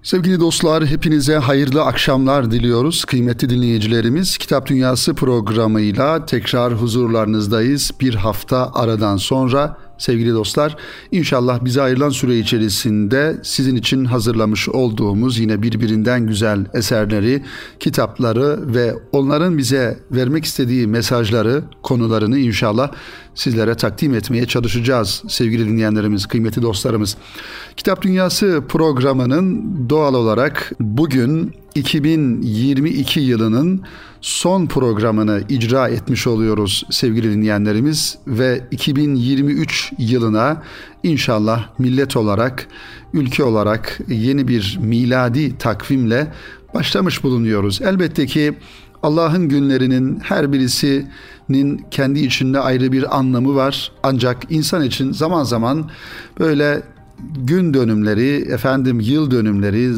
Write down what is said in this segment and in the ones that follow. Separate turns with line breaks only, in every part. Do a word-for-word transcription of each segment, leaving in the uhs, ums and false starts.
Sevgili dostlar, hepinize hayırlı akşamlar diliyoruz. Kıymetli dinleyicilerimiz, Kitap Dünyası programıyla tekrar huzurlarınızdayız. Bir hafta aradan sonra sevgili dostlar, inşallah bize ayrılan süre içerisinde sizin için hazırlamış olduğumuz yine birbirinden güzel eserleri, kitapları ve onların bize vermek istediği mesajları, konularını inşallah sizlere takdim etmeye çalışacağız sevgili dinleyenlerimiz, kıymetli dostlarımız. Kitap Dünyası programının doğal olarak bugün iki bin yirmi iki yılının son programını icra etmiş oluyoruz sevgili dinleyenlerimiz ve iki bin yirmi üç yılına inşallah millet olarak, ülke olarak yeni bir miladi takvimle başlamış bulunuyoruz. Elbette ki Allah'ın günlerinin her birisinin kendi içinde ayrı bir anlamı var. Ancak insan için zaman zaman böyle gün dönümleri, efendim yıl dönümleri,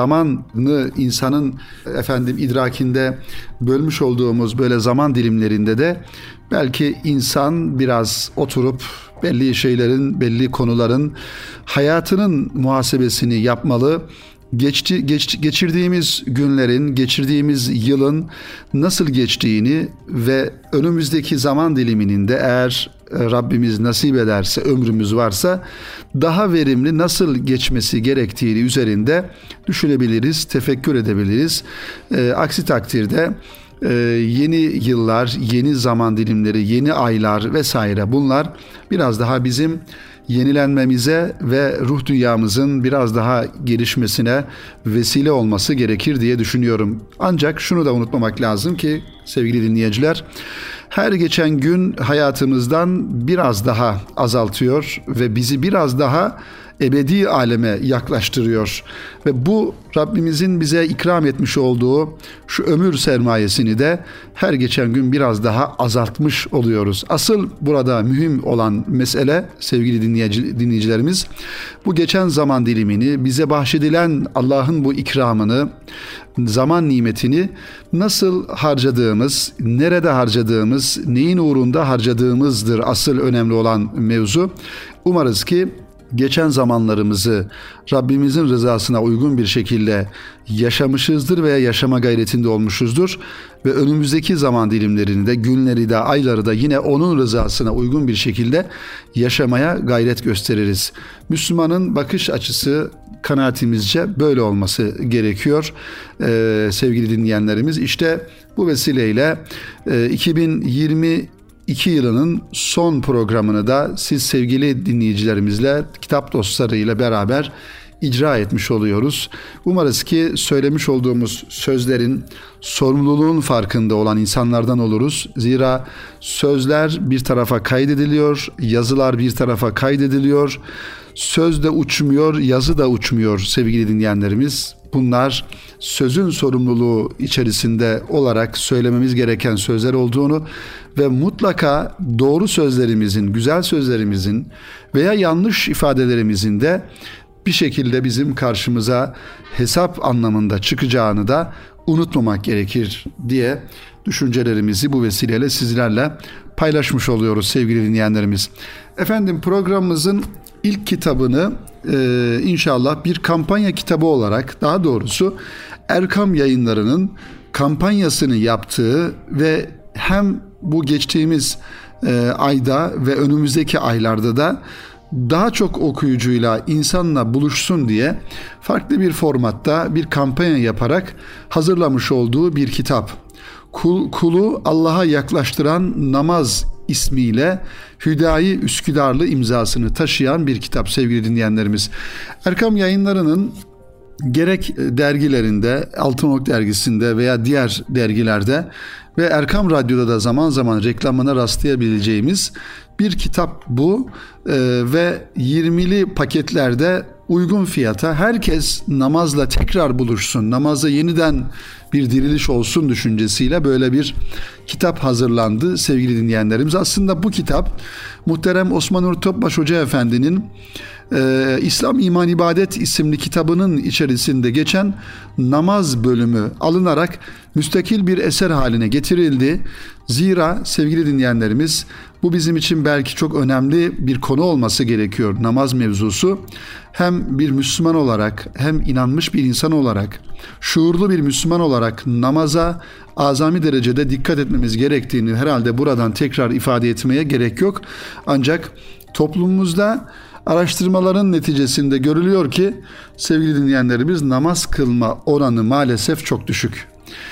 zamanı insanın efendim idrakinde bölmüş olduğumuz böyle zaman dilimlerinde de belki insan biraz oturup belli şeylerin, belli konuların hayatının muhasebesini yapmalı. Geçti, geç, geçirdiğimiz günlerin, geçirdiğimiz yılın nasıl geçtiğini ve önümüzdeki zaman diliminin de eğer Rabbimiz nasip ederse, ömrümüz varsa daha verimli nasıl geçmesi gerektiğini üzerinde düşünebiliriz, tefekkür edebiliriz. E, aksi takdirde e, yeni yıllar, yeni zaman dilimleri, yeni aylar vesaire bunlar biraz daha bizim yenilenmemize ve ruh dünyamızın biraz daha gelişmesine vesile olması gerekir diye düşünüyorum. Ancak şunu da unutmamak lazım ki sevgili dinleyiciler, her geçen gün hayatımızdan biraz daha azaltıyor ve bizi biraz daha ebedi aleme yaklaştırıyor. Ve bu Rabbimizin bize ikram etmiş olduğu şu ömür sermayesini de her geçen gün biraz daha azaltmış oluyoruz. Asıl burada mühim olan mesele sevgili dinleyici, dinleyicilerimiz, bu geçen zaman dilimini, bize bahşedilen Allah'ın bu ikramını, zaman nimetini nasıl harcadığımız, nerede harcadığımız, neyin uğrunda harcadığımızdır asıl önemli olan mevzu. Umarız ki geçen zamanlarımızı Rabbimizin rızasına uygun bir şekilde yaşamışızdır veya yaşama gayretinde olmuşuzdur ve önümüzdeki zaman dilimlerini de, günleri de, ayları da yine onun rızasına uygun bir şekilde yaşamaya gayret gösteririz. Müslümanın bakış açısı kanaatimizce böyle olması gerekiyor ee, sevgili dinleyenlerimiz. İşte bu vesileyle e, iki bin yirmi İki yılının son programını da siz sevgili dinleyicilerimizle, kitap dostlarıyla beraber icra etmiş oluyoruz. Umarız ki söylemiş olduğumuz sözlerin sorumluluğun farkında olan insanlardan oluruz. Zira sözler bir tarafa kaydediliyor, yazılar bir tarafa kaydediliyor. Söz de uçmuyor, yazı da uçmuyor sevgili dinleyenlerimiz. Bunlar sözün sorumluluğu içerisinde olarak söylememiz gereken sözler olduğunu ve mutlaka doğru sözlerimizin, güzel sözlerimizin veya yanlış ifadelerimizin de bir şekilde bizim karşımıza hesap anlamında çıkacağını da unutmamak gerekir diye düşüncelerimizi bu vesileyle sizlerle paylaşmış oluyoruz sevgili dinleyenlerimiz. Efendim, programımızın ilk kitabını e, inşallah bir kampanya kitabı olarak, daha doğrusu Erkam Yayınları'nın kampanyasını yaptığı ve hem bu geçtiğimiz e, ayda ve önümüzdeki aylarda da daha çok okuyucuyla, insanla buluşsun diye farklı bir formatta bir kampanya yaparak hazırlamış olduğu bir kitap. Kul, kulu Allah'a yaklaştıran namaz ismiyle Hüdayi Üsküdarlı imzasını taşıyan bir kitap sevgili dinleyenlerimiz. Erkam Yayınları'nın gerek dergilerinde, Altın Ok dergisinde veya diğer dergilerde ve Erkam Radyo'da da zaman zaman reklamına rastlayabileceğimiz bir kitap bu ee, ve yirmili paketlerde uygun fiyata herkes namazla tekrar buluşsun, namaza yeniden bir diriliş olsun düşüncesiyle böyle bir kitap hazırlandı sevgili dinleyenlerimiz. Aslında bu kitap muhterem Osman Nur Topbaş Hoca Efendi'nin Ee, İslam İman İbadet isimli kitabının içerisinde geçen namaz bölümü alınarak müstakil bir eser haline getirildi. Zira sevgili dinleyenlerimiz, bu bizim için belki çok önemli bir konu olması gerekiyor, namaz mevzusu. Hem bir Müslüman olarak, hem inanmış bir insan olarak, şuurlu bir Müslüman olarak namaza azami derecede dikkat etmemiz gerektiğini herhalde buradan tekrar ifade etmeye gerek yok. Ancak toplumumuzda araştırmaların neticesinde görülüyor ki sevgili dinleyenlerimiz, namaz kılma oranı maalesef çok düşük.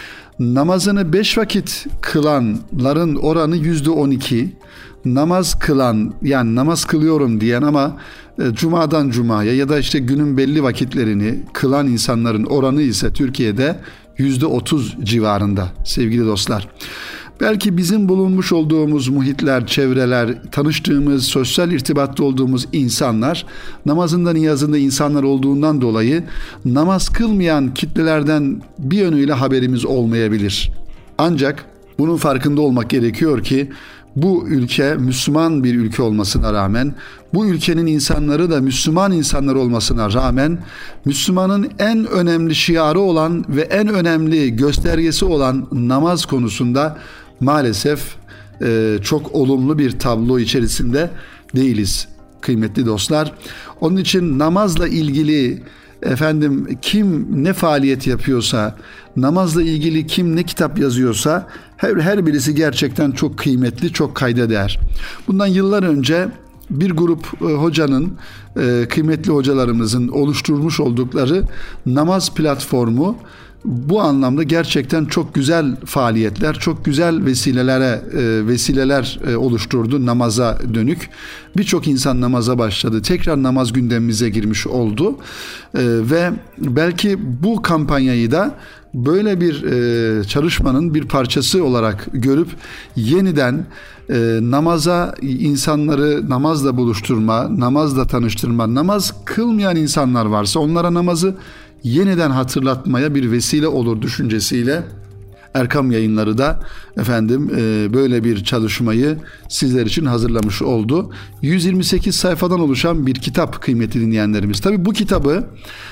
Namazını beş vakit kılanların oranı yüzde on iki. Namaz kılan, yani namaz kılıyorum diyen ama e, cumadan cumaya ya da işte günün belli vakitlerini kılan insanların oranı ise Türkiye'de yüzde otuz civarında sevgili dostlar. Belki bizim bulunmuş olduğumuz muhitler, çevreler, tanıştığımız, sosyal irtibatta olduğumuz insanlar, namazında niyazında insanlar olduğundan dolayı namaz kılmayan kitlelerden bir yönüyle haberimiz olmayabilir. Ancak bunun farkında olmak gerekiyor ki bu ülke Müslüman bir ülke olmasına rağmen, bu ülkenin insanları da Müslüman insanlar olmasına rağmen, Müslümanın en önemli şiarı olan ve en önemli göstergesi olan namaz konusunda maalesef e, çok olumlu bir tablo içerisinde değiliz kıymetli dostlar. Onun için namazla ilgili efendim kim ne faaliyet yapıyorsa, namazla ilgili kim ne kitap yazıyorsa her, her birisi gerçekten çok kıymetli, çok kayda değer. Bundan yıllar önce bir grup e, hocanın, e, kıymetli hocalarımızın oluşturmuş oldukları namaz platformu bu anlamda gerçekten çok güzel faaliyetler, çok güzel vesilelere e, vesileler e, oluşturdu namaza dönük. Birçok insan namaza başladı. Tekrar namaz gündemimize girmiş oldu. E, ve belki bu kampanyayı da böyle bir e, çalışmanın bir parçası olarak görüp yeniden e, namaza insanları namazla buluşturma, namazla tanıştırma, namaz kılmayan insanlar varsa onlara namazı yeniden hatırlatmaya bir vesile olur düşüncesiyle Erkam Yayınları da efendim e, böyle bir çalışmayı sizler için hazırlamış oldu. yüz yirmi sekiz sayfadan oluşan bir kitap kıymetli dinleyenlerimiz. Tabii bu kitabı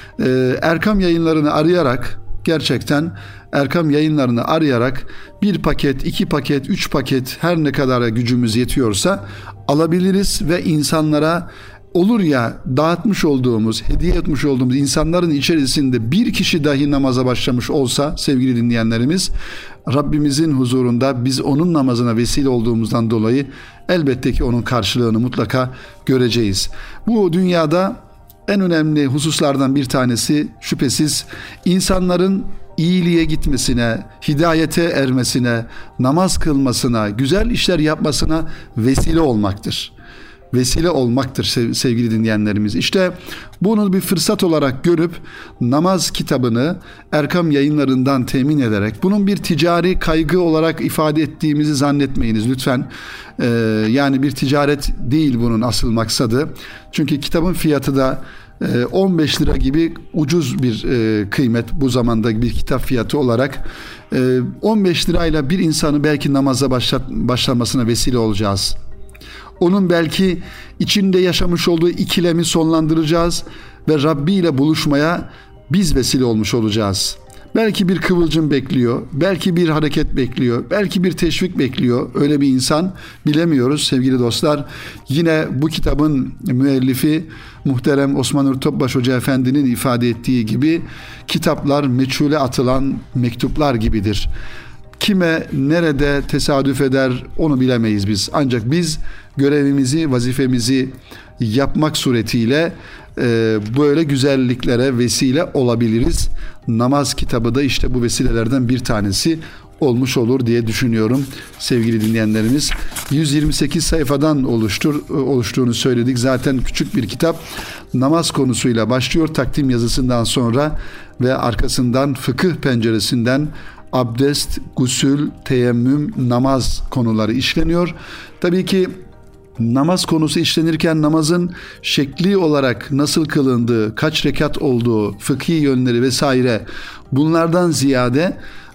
e, Erkam Yayınları'nı arayarak, gerçekten Erkam Yayınları'nı arayarak bir paket, iki paket, üç paket her ne kadar gücümüz yetiyorsa alabiliriz ve insanlara, olur ya dağıtmış olduğumuz, hediye etmiş olduğumuz insanların içerisinde bir kişi dahi namaza başlamış olsa sevgili dinleyenlerimiz, Rabbimizin huzurunda biz onun namazına vesile olduğumuzdan dolayı elbette ki onun karşılığını mutlaka göreceğiz. Bu dünyada en önemli hususlardan bir tanesi şüphesiz insanların iyiliğe gitmesine, hidayete ermesine, namaz kılmasına, güzel işler yapmasına vesile olmaktır. Vesile olmaktır sevgili dinleyenlerimiz. İşte bunu bir fırsat olarak görüp namaz kitabını Erkam Yayınları'ndan temin ederek, bunun bir ticari kaygı olarak ifade ettiğimizi zannetmeyiniz lütfen. Ee, yani bir ticaret değil bunun asıl maksadı. Çünkü kitabın fiyatı da on beş lira gibi ucuz bir kıymet bu zamanda bir kitap fiyatı olarak. on beş lirayla bir insanı belki namaza başlat, başlamasına vesile olacağız. Onun belki içinde yaşamış olduğu ikilemi sonlandıracağız ve Rabbi ile buluşmaya biz vesile olmuş olacağız. Belki bir kıvılcım bekliyor, belki bir hareket bekliyor, belki bir teşvik bekliyor. Öyle bir insan bilemiyoruz sevgili dostlar. Yine bu kitabın müellifi muhterem Osman Nur Topbaş Hoca Efendi'nin ifade ettiği gibi kitaplar meçhule atılan mektuplar gibidir. Kime nerede tesadüf eder onu bilemeyiz biz. Ancak biz görevimizi, vazifemizi yapmak suretiyle e, böyle güzelliklere vesile olabiliriz. Namaz kitabı da işte bu vesilelerden bir tanesi olmuş olur diye düşünüyorum sevgili dinleyenlerimiz. yüz yirmi sekiz sayfadan oluştur, oluştuğunu söyledik. Zaten küçük bir kitap. Namaz konusuyla başlıyor takdim yazısından sonra ve arkasından fıkıh penceresinden abdest, gusül, teyemmüm, namaz konuları işleniyor. Tabii ki namaz konusu işlenirken namazın şekli olarak nasıl kılındığı, kaç rekat olduğu, fıkhi yönleri vesaire bunlardan ziyade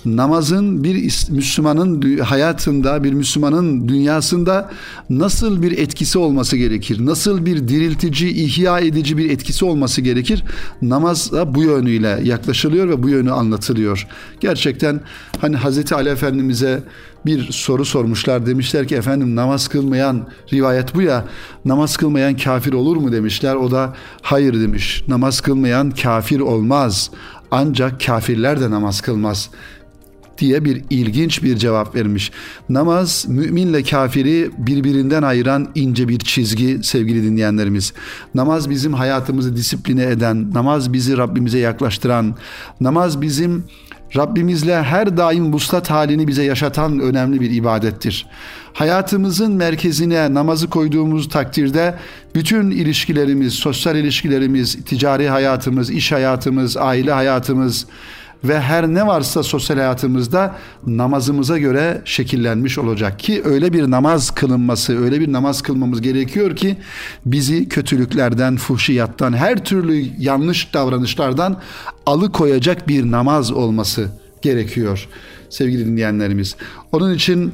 namazın bir Müslümanın hayatında, bir Müslümanın dünyasında nasıl bir etkisi olması gerekir? Nasıl bir diriltici, ihya edici bir etkisi olması gerekir? Namaz da bu yönüyle yaklaşılıyor ve bu yönü anlatılıyor. Gerçekten hani Hazreti Ali Efendimiz'e bir soru sormuşlar. Demişler ki efendim namaz kılmayan, rivayet bu ya, namaz kılmayan kafir olur mu demişler. O da hayır demiş. Namaz kılmayan kafir olmaz. Ancak kafirler de namaz kılmaz diye bir ilginç bir cevap vermiş. Namaz müminle kafiri birbirinden ayıran ince bir çizgi sevgili dinleyenlerimiz. Namaz bizim hayatımızı disipline eden, namaz bizi Rabbimize yaklaştıran, namaz bizim Rabbimizle her daim vuslat halini bize yaşatan önemli bir ibadettir. Hayatımızın merkezine namazı koyduğumuz takdirde bütün ilişkilerimiz, sosyal ilişkilerimiz, ticari hayatımız, iş hayatımız, aile hayatımız ve her ne varsa sosyal hayatımızda namazımıza göre şekillenmiş olacak ki öyle bir namaz kılınması, öyle bir namaz kılmamız gerekiyor ki bizi kötülüklerden, fuhşiyattan, her türlü yanlış davranışlardan alıkoyacak bir namaz olması gerekiyor sevgili dinleyenlerimiz. Onun için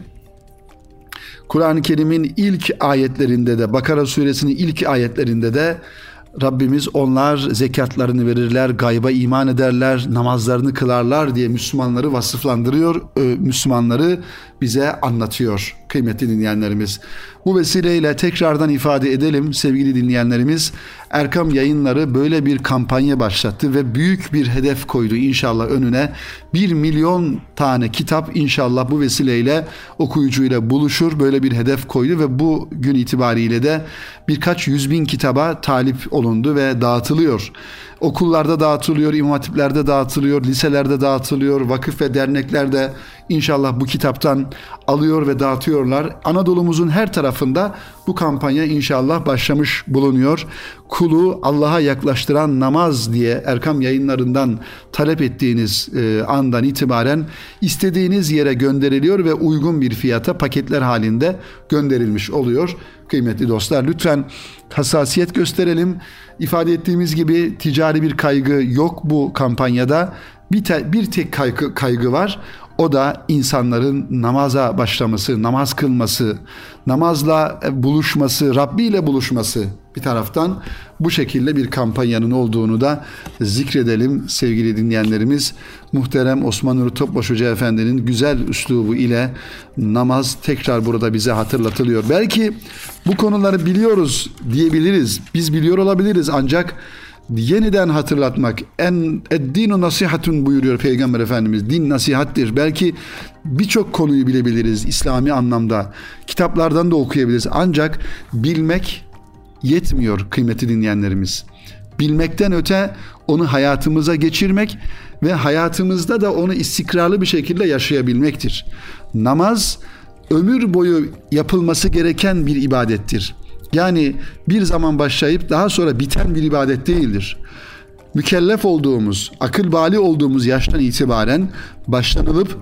Kur'an-ı Kerim'in ilk ayetlerinde de, Bakara suresinin ilk ayetlerinde de Rabbimiz onlar zekatlarını verirler, gayba iman ederler, namazlarını kılarlar diye Müslümanları vasıflandırıyor, Müslümanları bize anlatıyor kıymetli dinleyenlerimiz. Bu vesileyle tekrardan ifade edelim sevgili dinleyenlerimiz, Erkam Yayınları böyle bir kampanya başlattı ve büyük bir hedef koydu inşallah önüne. Bir milyon tane kitap inşallah bu vesileyle okuyucuyla buluşur, böyle bir hedef koydu ve bu gün itibariyle de birkaç yüz bin kitaba talip olundu ve dağıtılıyor. Okullarda dağıtılıyor, imam hatiplerde dağıtılıyor, liselerde dağıtılıyor, vakıf ve derneklerde inşallah bu kitaptan alıyor ve dağıtıyorlar. Anadolu'muzun her tarafında bu kampanya inşallah başlamış bulunuyor. Kulu Allah'a yaklaştıran namaz diye Erkam Yayınlarından talep ettiğiniz e, andan itibaren istediğiniz yere gönderiliyor ve uygun bir fiyata paketler halinde gönderilmiş oluyor. Kıymetli dostlar, lütfen hassasiyet gösterelim. İfade ettiğimiz gibi ticari bir kaygı yok bu kampanyada. Bir, te, bir tek kaygı, kaygı var. O da insanların namaza başlaması, namaz kılması, namazla buluşması, Rabbi ile buluşması. Bir taraftan bu şekilde bir kampanyanın olduğunu da zikredelim sevgili dinleyenlerimiz. Muhterem Osman Nuri Topbaş Hoca Efendi'nin güzel üslubu ile namaz tekrar burada bize hatırlatılıyor. Belki bu konuları biliyoruz diyebiliriz, biz biliyor olabiliriz ancak yeniden hatırlatmak, en eddinu nasihatun buyuruyor Peygamber Efendimiz. Din nasihattir. Belki birçok konuyu bilebiliriz İslami anlamda. Kitaplardan da okuyabiliriz. Ancak bilmek yetmiyor kıymetli dinleyenlerimiz. Bilmekten öte onu hayatımıza geçirmek ve hayatımızda da onu istikrarlı bir şekilde yaşayabilmektir. Namaz ömür boyu yapılması gereken bir ibadettir. Yani bir zaman başlayıp daha sonra biten bir ibadet değildir. Mükellef olduğumuz, akıl bali olduğumuz yaştan itibaren başlanılıp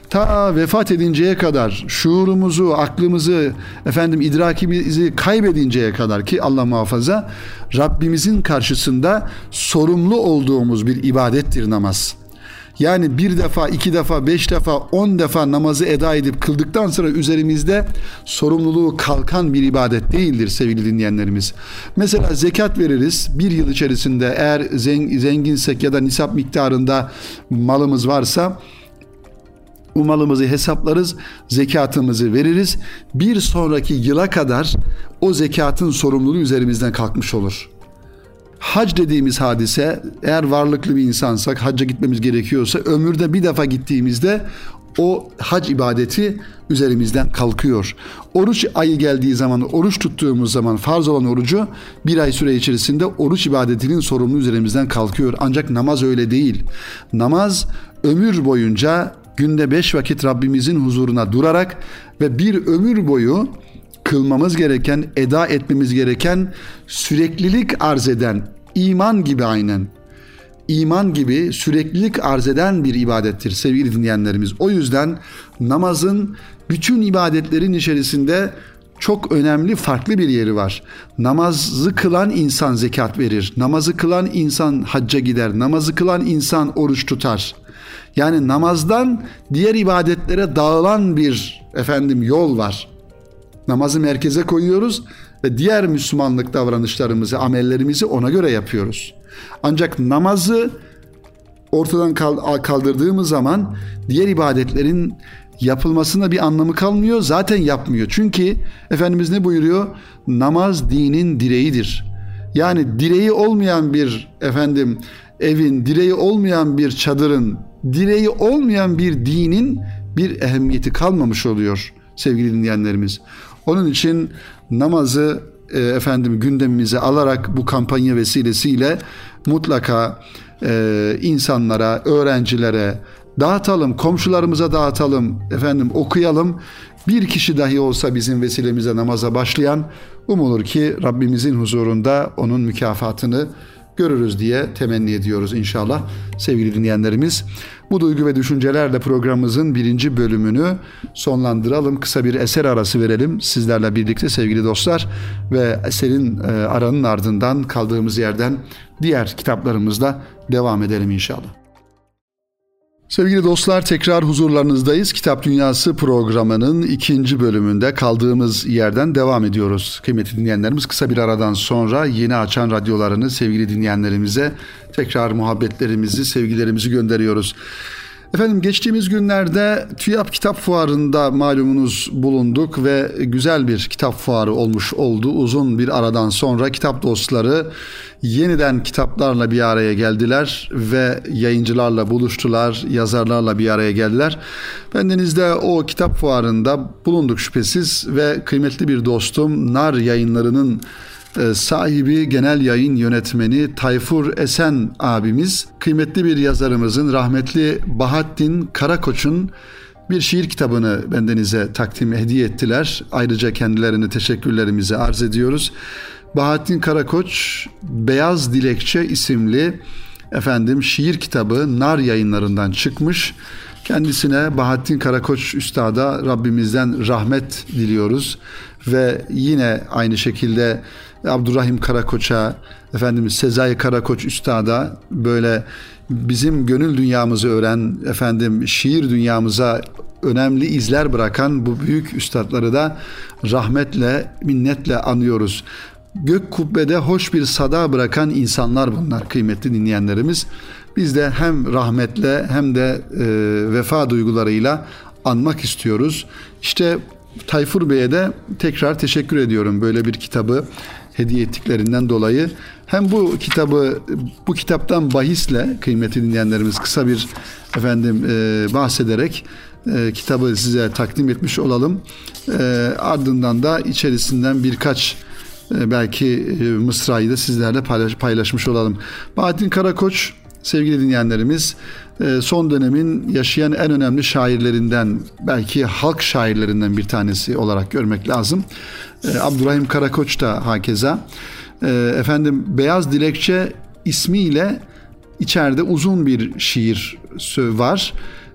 ta vefat edinceye kadar şuurumuzu, aklımızı, efendim idrakimizi kaybedinceye kadar ki Allah muhafaza Rabbimizin karşısında sorumlu olduğumuz bir ibadettir namaz. Yani bir defa, iki defa, beş defa, on defa namazı eda edip kıldıktan sonra üzerimizde sorumluluğu kalkan bir ibadet değildir sevgili dinleyenlerimiz. Mesela zekat veririz. Bir yıl içerisinde eğer zenginsek ya da nisap miktarında malımız varsa bu malımızı hesaplarız, zekatımızı veririz. Bir sonraki yıla kadar o zekatın sorumluluğu üzerimizden kalkmış olur. Hac dediğimiz hadise, eğer varlıklı bir insansak, hacca gitmemiz gerekiyorsa ömürde bir defa gittiğimizde o hac ibadeti üzerimizden kalkıyor. Oruç ayı geldiği zaman, oruç tuttuğumuz zaman farz olan orucu bir ay süre içerisinde oruç ibadetinin sorumluluğu üzerimizden kalkıyor. Ancak namaz öyle değil. Namaz ömür boyunca günde beş vakit Rabbimizin huzuruna durarak ve bir ömür boyu kılmamız gereken, eda etmemiz gereken, süreklilik arz eden, iman gibi aynen, iman gibi süreklilik arz eden bir ibadettir sevgili dinleyenlerimiz. O yüzden namazın bütün ibadetlerin içerisinde çok önemli farklı bir yeri var. Namazı kılan insan zekat verir, namazı kılan insan hacca gider, namazı kılan insan oruç tutar. Yani namazdan diğer ibadetlere dağılan bir efendim yol var. Namazı merkeze koyuyoruz ve diğer Müslümanlık davranışlarımızı, amellerimizi ona göre yapıyoruz. Ancak namazı ortadan kaldırdığımız zaman diğer ibadetlerin yapılmasına bir anlamı kalmıyor. Zaten yapmıyor. Çünkü Efendimiz ne buyuruyor? Namaz dinin direğidir. Yani direği olmayan bir efendim evin, direği olmayan bir çadırın, direği olmayan bir dinin bir ehemmiyeti kalmamış oluyor sevgili dinleyenlerimiz. Onun için namazı e, efendim gündemimize alarak bu kampanya vesilesiyle mutlaka e, insanlara, öğrencilere dağıtalım, komşularımıza dağıtalım, efendim okuyalım. Bir kişi dahi olsa bizim vesilemize namaza başlayan umulur ki Rabbimizin huzurunda onun mükafatını görürüz diye temenni ediyoruz inşallah sevgili dinleyenlerimiz. Bu duygu ve düşüncelerle programımızın birinci bölümünü sonlandıralım. Kısa bir eser arası verelim sizlerle birlikte sevgili dostlar ve eserin e, aranın ardından kaldığımız yerden diğer kitaplarımızla devam edelim inşallah. Sevgili dostlar, tekrar huzurlarınızdayız. Kitap Dünyası programının ikinci bölümünde kaldığımız yerden devam ediyoruz. Kıymetli dinleyenlerimiz, kısa bir aradan sonra yeni açan radyolarını sevgili dinleyenlerimize tekrar muhabbetlerimizi, sevgilerimizi gönderiyoruz. Efendim geçtiğimiz günlerde TÜYAP Kitap Fuarı'nda malumunuz bulunduk ve güzel bir kitap fuarı olmuş oldu. Uzun bir aradan sonra kitap dostları yeniden kitaplarla bir araya geldiler ve yayıncılarla buluştular, yazarlarla bir araya geldiler. Bendeniz de o kitap fuarında bulunduk şüphesiz ve kıymetli bir dostum Nar Yayınları'nın sahibi, genel yayın yönetmeni Tayfur Esen abimiz, kıymetli bir yazarımızın, rahmetli Bahattin Karakoç'un bir şiir kitabını bendenize takdim, hediye ettiler. Ayrıca kendilerine teşekkürlerimizi arz ediyoruz. Bahattin Karakoç, Beyaz Dilekçe isimli efendim şiir kitabı Nar Yayınları'ndan çıkmış. Kendisine, Bahattin Karakoç Üstad'a Rabbimizden rahmet diliyoruz ve yine aynı şekilde Abdurrahim Karakoç'a, efendim Sezai Karakoç Üstad'a, böyle bizim gönül dünyamızı öğren, efendim şiir dünyamıza önemli izler bırakan bu büyük üstadları da rahmetle, minnetle anıyoruz. Gök kubbede hoş bir sada bırakan insanlar bunlar kıymetli dinleyenlerimiz. Biz de hem rahmetle hem de e, vefa duygularıyla anmak istiyoruz. İşte Tayfur Bey'e de tekrar teşekkür ediyorum böyle bir kitabı hediye ettiklerinden dolayı. Hem bu kitabı, bu kitaptan bahisle kıymetli dinleyenlerimiz kısa bir efendim e, bahsederek e, kitabı size takdim etmiş olalım. E, ardından da içerisinden birkaç e, belki e, mısrayı da sizlerle paylaş, paylaşmış olalım. Bahattin Karakoç, sevgili dinleyenlerimiz, son dönemin yaşayan en önemli şairlerinden, belki halk şairlerinden bir tanesi olarak görmek lazım. Abdurrahim Karakoç da hakeza. Efendim Beyaz Dilekçe ismiyle içeride uzun bir şiir var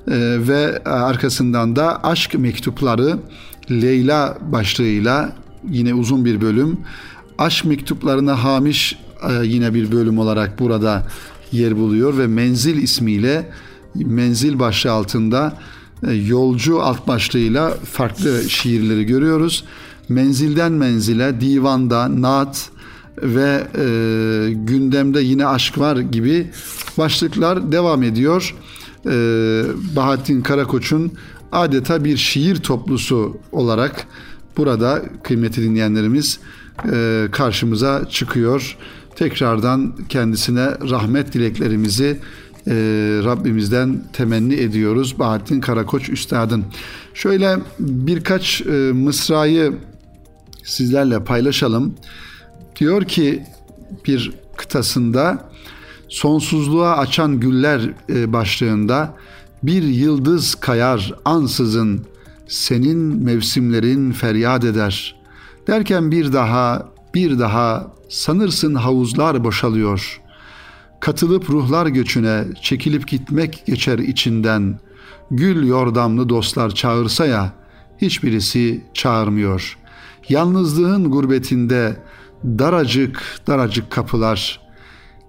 ve arkasından da Aşk Mektupları Leyla başlığıyla yine uzun bir bölüm. Aşk mektuplarına hamiş yine bir bölüm olarak burada yer buluyor ve Menzil ismiyle, Menzil başlığı altında Yolcu alt başlığıyla farklı şiirleri görüyoruz. Menzilden menzile, divanda, naat ve e, gündemde yine aşk var gibi başlıklar devam ediyor. E, Bahattin Karakoç'un adeta bir şiir toplusu olarak burada kıymetli dinleyenlerimiz e, karşımıza çıkıyor. Tekrardan kendisine rahmet dileklerimizi e, Rabbimizden temenni ediyoruz. Bahattin Karakoç Üstad'ın. Şöyle birkaç e, mısrayı sizlerle paylaşalım. Diyor ki bir kıtasında, sonsuzluğa açan güller e, başlığında bir yıldız kayar ansızın, senin mevsimlerin feryat eder. Derken bir daha, bir daha sanırsın havuzlar boşalıyor. Katılıp ruhlar göçüne çekilip gitmek geçer içinden. Gül yordamlı dostlar çağırsa ya, hiçbirisi çağırmıyor. Yalnızlığın gurbetinde daracık daracık kapılar.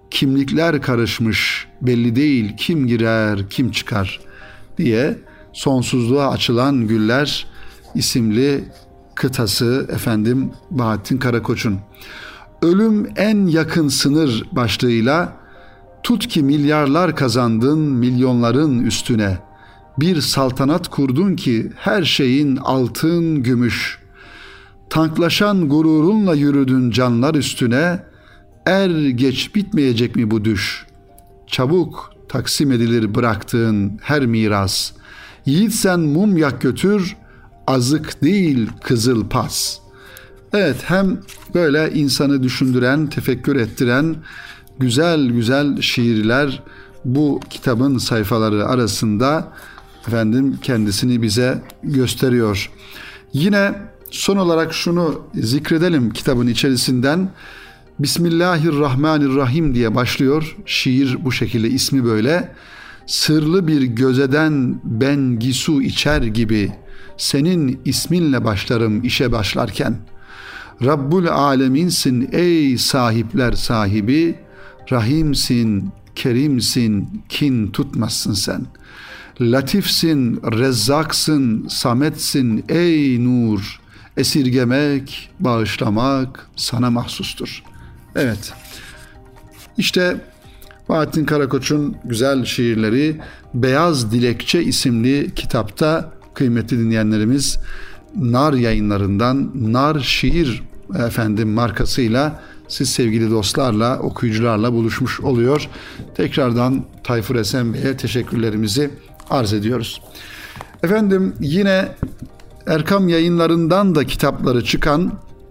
kimlikler karışmış, belli değil kim girer kim çıkar diye Sonsuzluğa Açılan Güller isimli kıtası efendim Bahattin Karakoç'un. Ölüm en yakın sınır başlığıyla tut ki milyarlar kazandın milyonların üstüne. Bir saltanat kurdun ki her şeyin altın gümüş. Tanklaşan gururunla yürüdün canlar üstüne. Er geç bitmeyecek mi bu düş? Çabuk taksim edilir bıraktığın her miras. Yiğit sen mum yak götür, azık değil kızıl pas. Evet, hem böyle insanı düşündüren, tefekkür ettiren güzel güzel şiirler bu kitabın sayfaları arasında efendim kendisini bize gösteriyor. Yine son olarak şunu zikredelim kitabın içerisinden. Bismillahirrahmanirrahim diye başlıyor. Şiir bu şekilde, ismi böyle. Sırlı bir gözeden ben gisu içer gibi senin isminle başlarım işe başlarken. Rabbul aleminsin ey sahipler sahibi, rahimsin, kerimsin, kin tutmazsın sen. Latifsin, rezzaksın, sametsin ey nur, esirgemek, bağışlamak sana mahsustur. Evet, işte Bahattin Karakoç'un güzel şiirleri Beyaz Dilekçe isimli kitapta kıymetli dinleyenlerimiz Nar Yayınlarından Nar Şiir efendim markasıyla siz sevgili dostlarla, okuyucularla buluşmuş oluyor. Tekrardan Tayfur Esen Bey'e teşekkürlerimizi arz ediyoruz. Efendim yine Erkam Yayınlarından da kitapları çıkan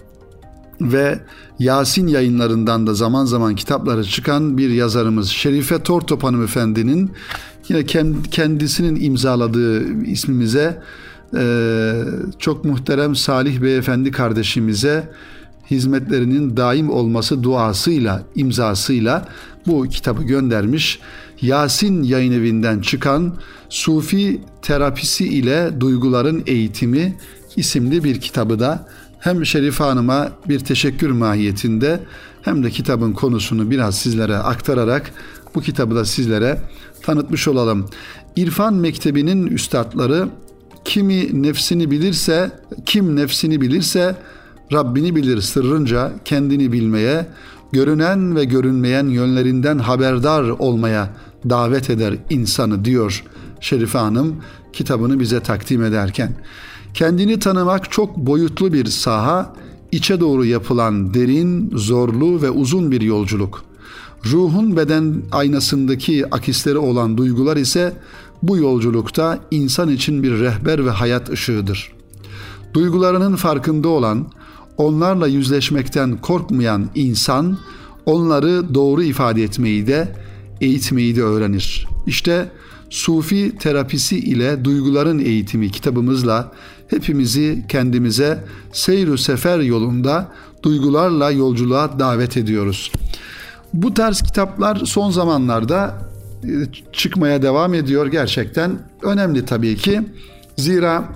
ve Yasin Yayınlarından da zaman zaman kitapları çıkan bir yazarımız Şerife Tortop hanımefendinin yine kendisinin imzaladığı ismimize çok muhterem Salih Beyefendi kardeşimize hizmetlerinin daim olması duasıyla, imzasıyla bu kitabı göndermiş. Yasin Yayınevi'nden çıkan Sufi Terapisi ile Duyguların Eğitimi isimli bir kitabı da hem Şerife Hanım'a bir teşekkür mahiyetinde hem de kitabın konusunu biraz sizlere aktararak bu kitabı da sizlere tanıtmış olalım. İrfan Mektebi'nin üstadları kimi nefsini bilirse, kim nefsini bilirse Rabbini bilir sırrınca kendini bilmeye, görünen ve görünmeyen yönlerinden haberdar olmaya davet eder insanı diyor Şerife Hanım kitabını bize takdim ederken. Kendini tanımak çok boyutlu bir saha, içe doğru yapılan derin, zorlu ve uzun bir yolculuk. Ruhun beden aynasındaki akisleri olan duygular ise bu yolculukta insan için bir rehber ve hayat ışığıdır. Duygularının farkında olan, onlarla yüzleşmekten korkmayan insan, onları doğru ifade etmeyi de, eğitmeyi de öğrenir. İşte Sufi Terapisi ile Duyguların Eğitimi kitabımızla hepimizi kendimize seyr-ü sefer yolunda duygularla yolculuğa davet ediyoruz. Bu tarz kitaplar son zamanlarda çıkmaya devam ediyor. Gerçekten önemli tabii ki. Zira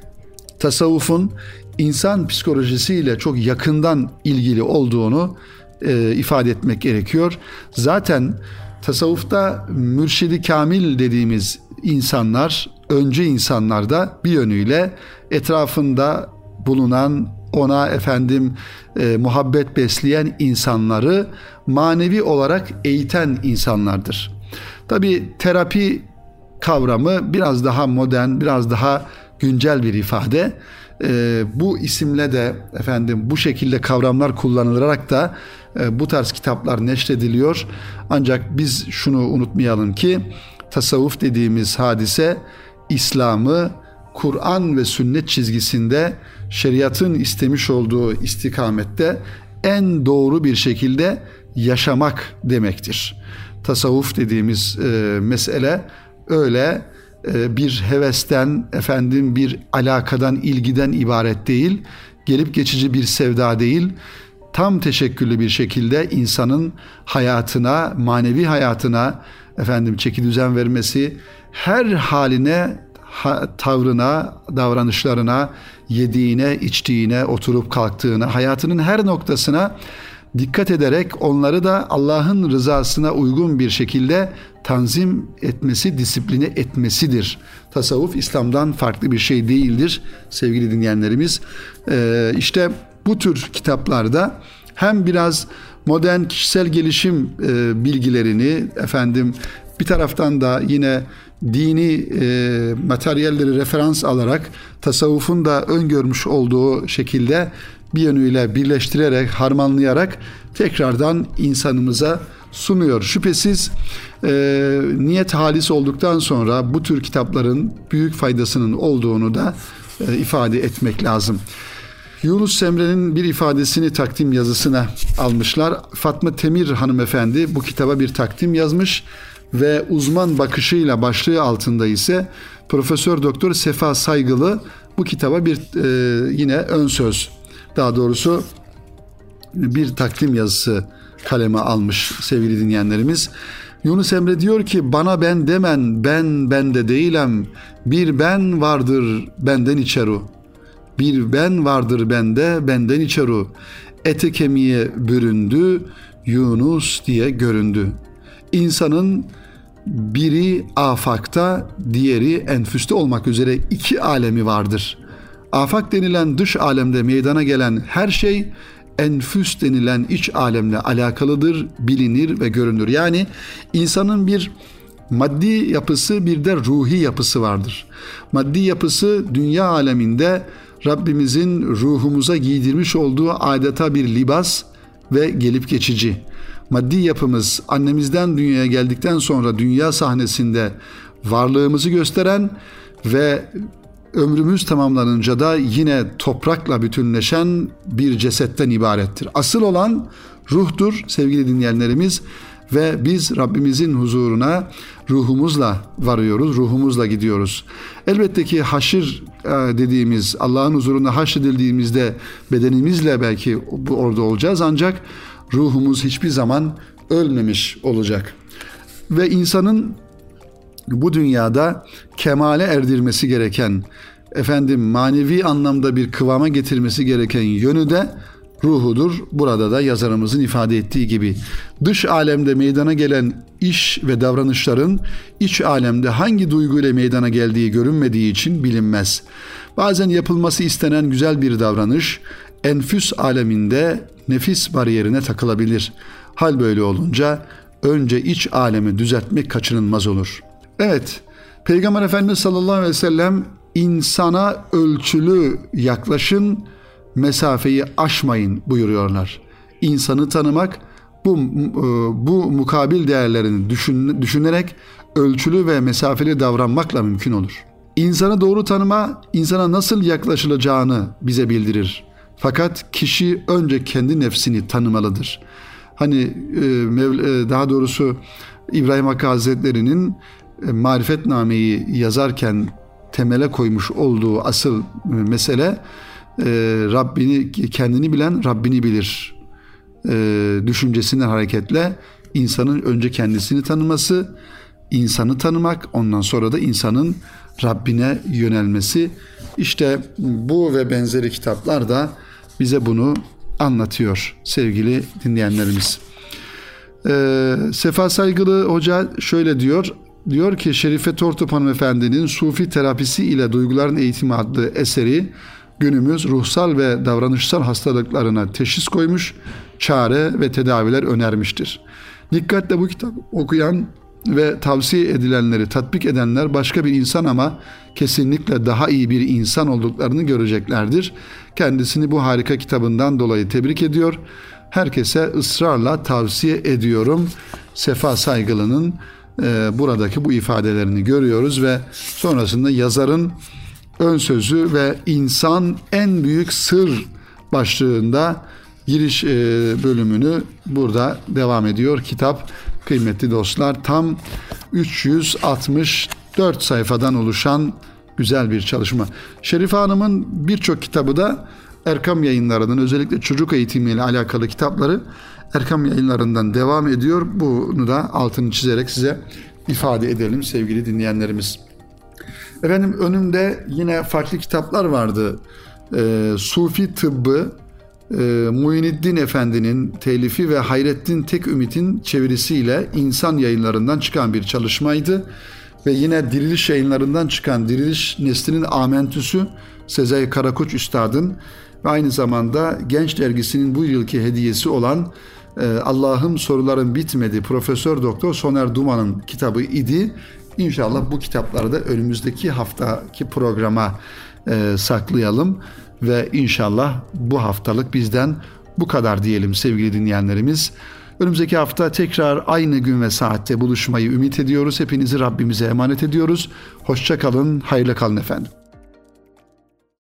tasavvufun insan psikolojisiyle çok yakından ilgili olduğunu e, ifade etmek gerekiyor. Zaten tasavvufta mürşidi kamil dediğimiz insanlar, öncü insanlar da bir yönüyle etrafında bulunan, ona efendim e, muhabbet besleyen insanları manevi olarak eğiten insanlardır. Tabii terapi kavramı biraz daha modern, biraz daha güncel bir ifade. E, bu isimle de efendim bu şekilde kavramlar kullanılarak da e, bu tarz kitaplar neşrediliyor. Ancak biz şunu unutmayalım ki tasavvuf dediğimiz hadise İslam'ı Kur'an ve sünnet çizgisinde şeriatın istemiş olduğu istikamette en doğru bir şekilde yaşamak demektir. Tasavvuf dediğimiz e, mesele öyle e, bir hevesten, efendim bir alakadan, ilgiden ibaret değil, gelip geçici bir sevda değil, tam teşekküllü bir şekilde insanın hayatına, manevi hayatına efendim çeki düzen vermesi, her haline, ha, tavrına, davranışlarına, yediğine, içtiğine, oturup kalktığına, hayatının her noktasına dikkat ederek onları da Allah'ın rızasına uygun bir şekilde tanzim etmesi, disipline etmesidir. Tasavvuf İslam'dan farklı bir şey değildir sevgili dinleyenlerimiz. Ee, işte bu tür kitaplarda hem biraz modern kişisel gelişim e, bilgilerini, efendim bir taraftan da yine dini e, materyalleri referans alarak tasavvufun da öngörmüş olduğu şekilde bir yönüyle birleştirerek, harmanlayarak tekrardan insanımıza sunuyor. Şüphesiz e, niyet halis olduktan sonra bu tür kitapların büyük faydasının olduğunu da e, ifade etmek lazım. Yunus Emre'nin bir ifadesini takdim yazısına almışlar. Fatma Temir hanımefendi bu kitaba bir takdim yazmış ve uzman bakışıyla başlığı altında ise Profesör Doktor Sefa Saygılı bu kitaba bir e, yine ön söz, daha doğrusu bir takdim yazısı kaleme almış sevgili dinleyenlerimiz. Yunus Emre diyor ki, bana ben demen, ben bende değilim, bir ben vardır benden içeru. Bir ben vardır bende, benden içeru. Ete kemiğe büründü, Yunus diye göründü. İnsanın biri afakta, diğeri enfüste olmak üzere iki alemi vardır. Afak denilen dış alemde meydana gelen her şey, enfüs denilen iç alemle alakalıdır, bilinir ve görünür. Yani insanın bir maddi yapısı, bir de ruhi yapısı vardır. Maddi yapısı dünya aleminde Rabbimizin ruhumuza giydirmiş olduğu adeta bir libas ve gelip geçici. Maddi yapımız annemizden dünyaya geldikten sonra dünya sahnesinde varlığımızı gösteren ve ömrümüz tamamlanınca da yine toprakla bütünleşen bir cesetten ibarettir. Asıl olan ruhtur sevgili dinleyenlerimiz ve biz Rabbimizin huzuruna ruhumuzla varıyoruz, ruhumuzla gidiyoruz. Elbette ki haşir dediğimiz, Allah'ın huzuruna haşredildiğimizde bedenimizle belki orada olacağız, ancak ruhumuz hiçbir zaman ölmemiş olacak. Ve insanın bu dünyada kemale erdirmesi gereken, efendim manevi anlamda bir kıvama getirmesi gereken yönü de ruhudur. Burada da yazarımızın ifade ettiği gibi dış alemde meydana gelen iş ve davranışların iç alemde hangi duyguyla meydana geldiği görünmediği için bilinmez. Bazen yapılması istenen güzel bir davranış enfüs aleminde nefis bariyerine takılabilir. Hal böyle olunca önce iç alemi düzeltmek kaçınılmaz olur. Evet, Peygamber Efendimiz sallallahu aleyhi ve sellem insana ölçülü yaklaşın, mesafeyi aşmayın buyuruyorlar. İnsanı tanımak bu bu mukabil değerlerini düşün, düşünerek ölçülü ve mesafeli davranmakla mümkün olur. İnsanı doğru tanıma, insana nasıl yaklaşılacağını bize bildirir. Fakat kişi önce kendi nefsini tanımalıdır. Hani daha doğrusu İbrahim Hakkı Hazretleri'nin Marifetname'yi yazarken temele koymuş olduğu asıl mesele Rabbini, kendini bilen Rabbini bilir düşüncesinden hareketle insanın önce kendisini tanıması, insanı tanımak, ondan sonra da insanın Rabbine yönelmesi. İşte bu ve benzeri kitaplar da bize bunu anlatıyor sevgili dinleyenlerimiz. Ee, Sefa Saygılı Hoca şöyle diyor. Diyor ki Şerife Tortop hanımefendinin Sufi Terapisi ile Duyguların Eğitimi adlı eseri günümüz ruhsal ve davranışsal hastalıklarına teşhis koymuş, çare ve tedaviler önermiştir. Dikkatle bu kitabı okuyan ve tavsiye edilenleri tatbik edenler başka bir insan ama kesinlikle daha iyi bir insan olduklarını göreceklerdir. Kendisini bu harika kitabından dolayı tebrik ediyor. Herkese ısrarla tavsiye ediyorum. Sefa Saygılı'nın e, buradaki bu ifadelerini görüyoruz ve sonrasında yazarın ön sözü ve insan en büyük sır başlığında giriş e, bölümünü burada devam ediyor kitap. Kıymetli dostlar, tam üç yüz altmış dört sayfadan oluşan güzel bir çalışma. Şerife Hanım'ın birçok kitabı da Erkam Yayınları'nın, özellikle çocuk eğitimiyle alakalı kitapları Erkam Yayınları'ndan devam ediyor. Bunu da altını çizerek size ifade edelim sevgili dinleyenlerimiz. Efendim önümde yine farklı kitaplar vardı. Ee, Sufi Tıbbı e, Muhyiddin Efendi'nin telifi ve Hayrettin Tek Ümit'in çevirisiyle İnsan Yayınlarından çıkan bir çalışmaydı. Ve yine Diriliş Yayınlarından çıkan Diriliş Neslinin Amentüsü Sezai Karakoç Üstad'ın ve aynı zamanda Genç Dergisi'nin bu yılki hediyesi olan e, Allah'ım Sorularım Bitmedi Profesör Doktor Soner Duman'ın kitabı idi. İnşallah bu kitapları da önümüzdeki haftaki programa e, saklayalım ve inşallah bu haftalık bizden bu kadar diyelim sevgili dinleyenlerimiz. Önümüzdeki hafta tekrar aynı gün ve saatte buluşmayı ümit ediyoruz. Hepinizi Rabbimize emanet ediyoruz. Hoşça kalın, hayırlı kalın efendim.